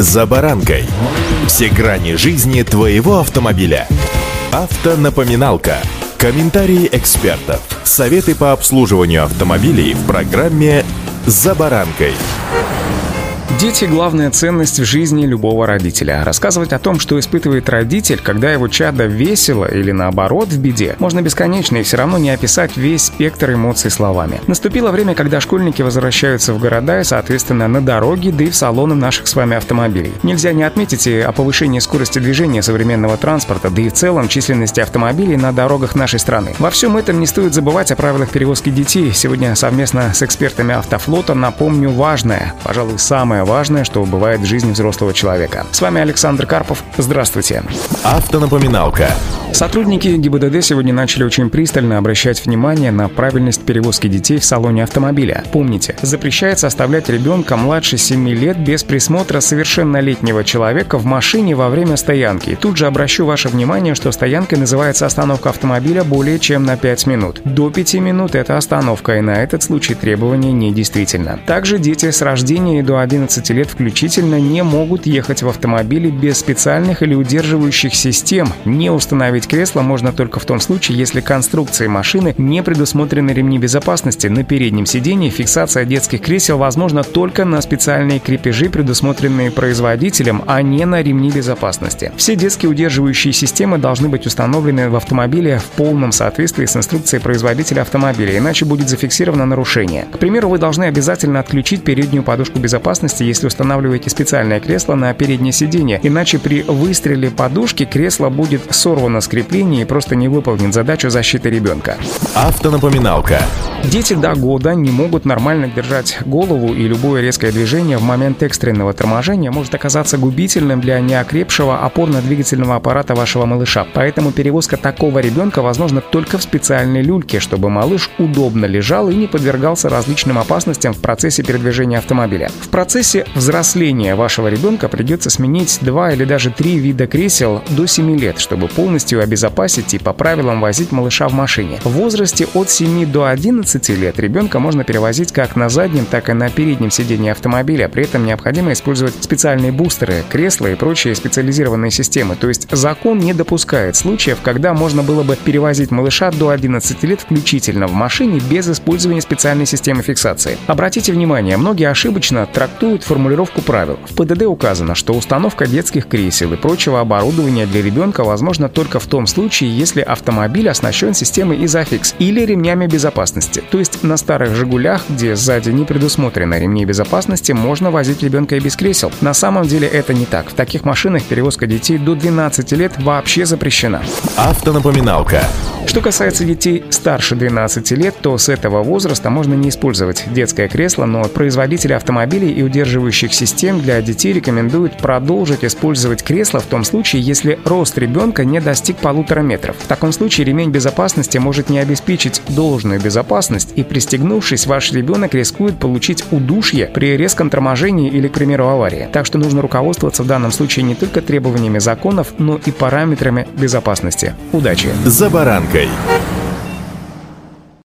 «За баранкой». Все грани жизни твоего автомобиля. Автонапоминалка. Комментарии экспертов. Советы по обслуживанию автомобилей в программе «За баранкой». Дети – главная ценность в жизни любого родителя. Рассказывать о том, что испытывает родитель, когда его чадо весело или наоборот в беде, можно бесконечно и все равно не описать весь спектр эмоций словами. Наступило время, когда школьники возвращаются в города и, соответственно, на дороги, да и в салоны наших с вами автомобилей. Нельзя не отметить и о повышении скорости движения современного транспорта, да и в целом численности автомобилей на дорогах нашей страны. Во всем этом не стоит забывать о правилах перевозки детей. Сегодня совместно с экспертами Автофлота напомню важное, пожалуй, самое важное, что бывает в жизни взрослого человека. С вами Александр Карпов. Здравствуйте. Автонапоминалка. Сотрудники ГИБДД сегодня начали очень пристально обращать внимание на правильность перевозки детей в салоне автомобиля. Помните, запрещается оставлять ребенка младше 7 лет без присмотра совершеннолетнего человека в машине во время стоянки. И тут же обращу ваше внимание, что стоянкой называется остановка автомобиля более чем на 5 минут. До 5 минут это остановка, и на этот случай требование недействительно. Также дети с рождения и до 11 лет включительно не могут ехать в автомобиле без специальных или удерживающих систем. Не установить кресло можно только в том случае, если конструкции машины не предусмотрены ремни безопасности. На переднем сидении фиксация детских кресел возможна только на специальные крепежи, предусмотренные производителем, а не на ремни безопасности. Все детские удерживающие системы должны быть установлены в автомобиле в полном соответствии с инструкцией производителя автомобиля, иначе будет зафиксировано нарушение. К примеру, вы должны обязательно отключить переднюю подушку безопасности, если устанавливаете специальное кресло на переднее сиденье, иначе при выстреле подушки кресло будет сорвано с крепления и просто не выполнит задачу защиты ребенка. Автонапоминалка. Дети до года не могут нормально держать голову, и любое резкое движение в момент экстренного торможения может оказаться губительным для неокрепшего опорно-двигательного аппарата вашего малыша. Поэтому перевозка такого ребенка возможна только в специальной люльке, чтобы малыш удобно лежал и не подвергался различным опасностям в процессе передвижения автомобиля. В процессе взросления вашего ребенка придется сменить 2 или даже 3 вида кресел до 7 лет, чтобы полностью обезопасить и по правилам возить малыша в машине. В возрасте от 7 до 11 лет ребенка можно перевозить как на заднем, так и на переднем сидении автомобиля. При этом необходимо использовать специальные бустеры, кресла и прочие специализированные системы. То есть закон не допускает случаев, когда можно было бы перевозить малыша до 11 лет включительно в машине без использования специальной системы фиксации. Обратите внимание, многие ошибочно трактуют формулировку правил. В ПДД указано, что установка детских кресел и прочего оборудования для ребенка возможна только в том случае, если автомобиль оснащен системой Isofix или ремнями безопасности. То есть на старых «Жигулях», где сзади не предусмотрено ремней безопасности, можно возить ребенка и без кресел. На самом деле это не так. В таких машинах перевозка детей до 12 лет вообще запрещена. Автонапоминалка. Что касается детей старше 12 лет, то с этого возраста можно не использовать детское кресло, но производители автомобилей и удерживающих систем для детей рекомендуют продолжить использовать кресло в том случае, если рост ребенка не достиг 1,5 метров. В таком случае ремень безопасности может не обеспечить должную безопасность, и пристегнувшись, ваш ребенок рискует получить удушье при резком торможении или, к примеру, аварии. Так что нужно руководствоваться в данном случае не только требованиями законов, но и параметрами безопасности. Удачи! За баранкой.